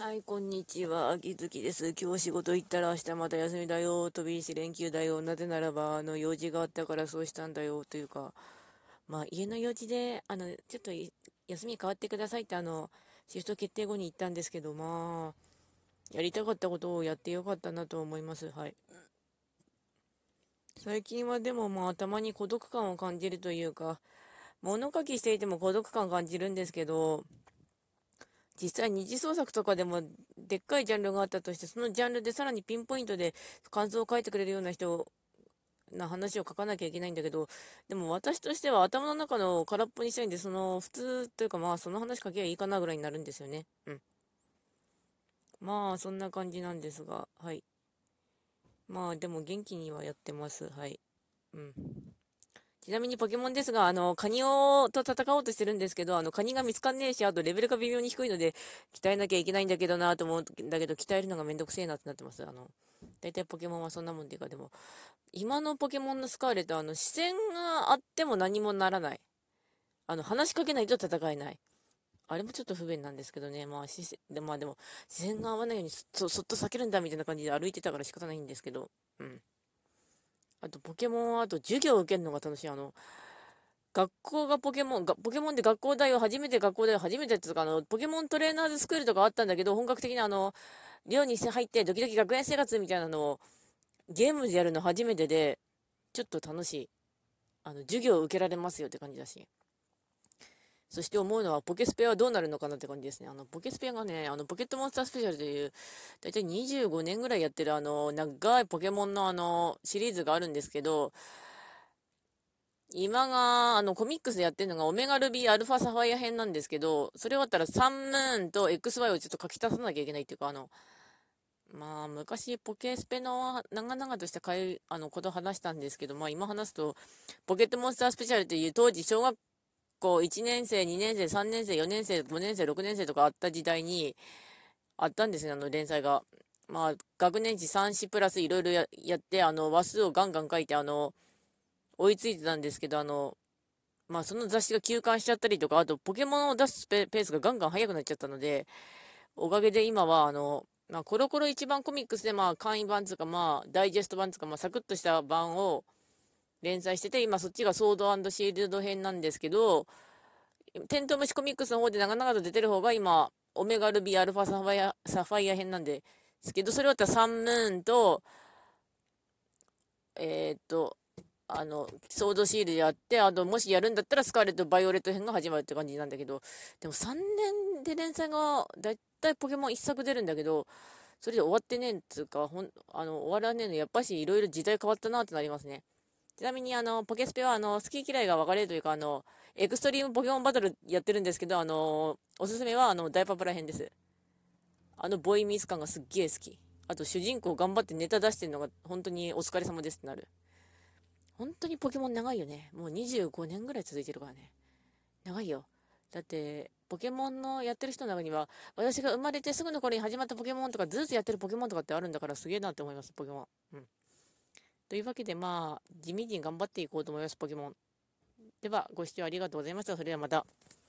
はい、こんにちは。秋月です。今日仕事行ったら明日また休みだよ。飛び石連休だよ。なぜならば、用事があったからそうしたんだよ。というか、家の用事で、ちょっと休み変わってくださいって、シフト決定後に言ったんですけど、やりたかったことをやってよかったなと思います。はい。最近はでもたまに孤独感を感じるというか、物書きしていても孤独感感じるんですけど、実際二次創作とかでもでっかいジャンルがあったとして、そのジャンルでさらにピンポイントで感想を書いてくれるような人な話を書かなきゃいけないんだけど、でも私としては頭の中の空っぽにしたいんで、普通というかその話書けばいいかなぐらいになるんですよね。うん。そんな感じなんですが、はい。でも元気にはやってます。はい。うん。ちなみにポケモンですが、カニと戦おうとしてるんですけど、カニが見つかんねえし、あとレベルが微妙に低いので、鍛えなきゃいけないんだけどなと思うんだけど、鍛えるのがめんどくせえなってなってます。大体ポケモンはそんなもんっていうか、でも、今のポケモンのスカーレット、視線があっても何もならない。話しかけないと戦えない。あれもちょっと不便なんですけどね、でも、視線が合わないようにそっと避けるんだみたいな感じで歩いてたから仕方ないんですけど、うん。あと、ポケモンは、あと授業を受けるのが楽しい。学校がポケモンで学校代を初めてっていうか、ポケモントレーナーズスクールとかあったんだけど、本格的な寮に入ってドキドキ学園生活みたいなのをゲームでやるの初めてで、ちょっと楽しい。授業を受けられますよって感じだし。そして思うのは、ポケスペはどうなるのかなって感じですね。ポケスペがね、ポケットモンスタースペシャルという、だいたい25年ぐらいやってる長いポケモンのシリーズがあるんですけど、今が、コミックスでやってるのが、オメガルビーアルファサファイア編なんですけど、それ終わったらサンムーンと XY をちょっと書き足さなきゃいけないっていうか、昔、ポケスペの長々としたことを話したんですけど、今話すと、ポケットモンスタースペシャルという当時、小学校1年生、2年生、3年生、4年生、5年生、6年生とかあった時代に、あったんですね、連載が。学年値3子プラスいろいろやって、話数をガンガン書いて、追いついてたんですけど、その雑誌が休刊しちゃったりとか、あと、ポケモンを出すペースがガンガン速くなっちゃったので、おかげで今は、コロコロ一番コミックスで、簡易版つうか、ダイジェスト版つうか、サクッとした版を連載してて、今そっちがソードシールド編なんですけど、テントウムシコミックスの方で長々と出てる方が今、オメガルビーアルファサファイア編なんですけど、それ終わったらサンムーンと、えーっと、ソードシールやって、あと、もしやるんだったら、スカーレット・バイオレット編が始まるって感じなんだけど、でも3年で連載が、だいたいポケモン1作出るんだけど、それで終わってねえっつうか、終わらねえの、やっぱしいろいろ時代変わったなってなりますね。ちなみに、ポケスペは、好き嫌いが分かれるというか、エクストリームポケモンバトルやってるんですけど、おすすめは、ダイパプラ編です。ボーイミス感がすっげえ好き。あと、主人公頑張ってネタ出してるのが、本当にお疲れ様ですってなる。本当にポケモン長いよね。もう25年ぐらい続いてるからね。長いよ。だって、ポケモンのやってる人の中には、私が生まれてすぐの頃に始まったポケモンとか、ずっとやってるポケモンとかってあるんだから、すげえなって思います、ポケモン。うん。というわけで、地味に頑張っていこうと思います、ポケモン。では、ご視聴ありがとうございました。それではまた。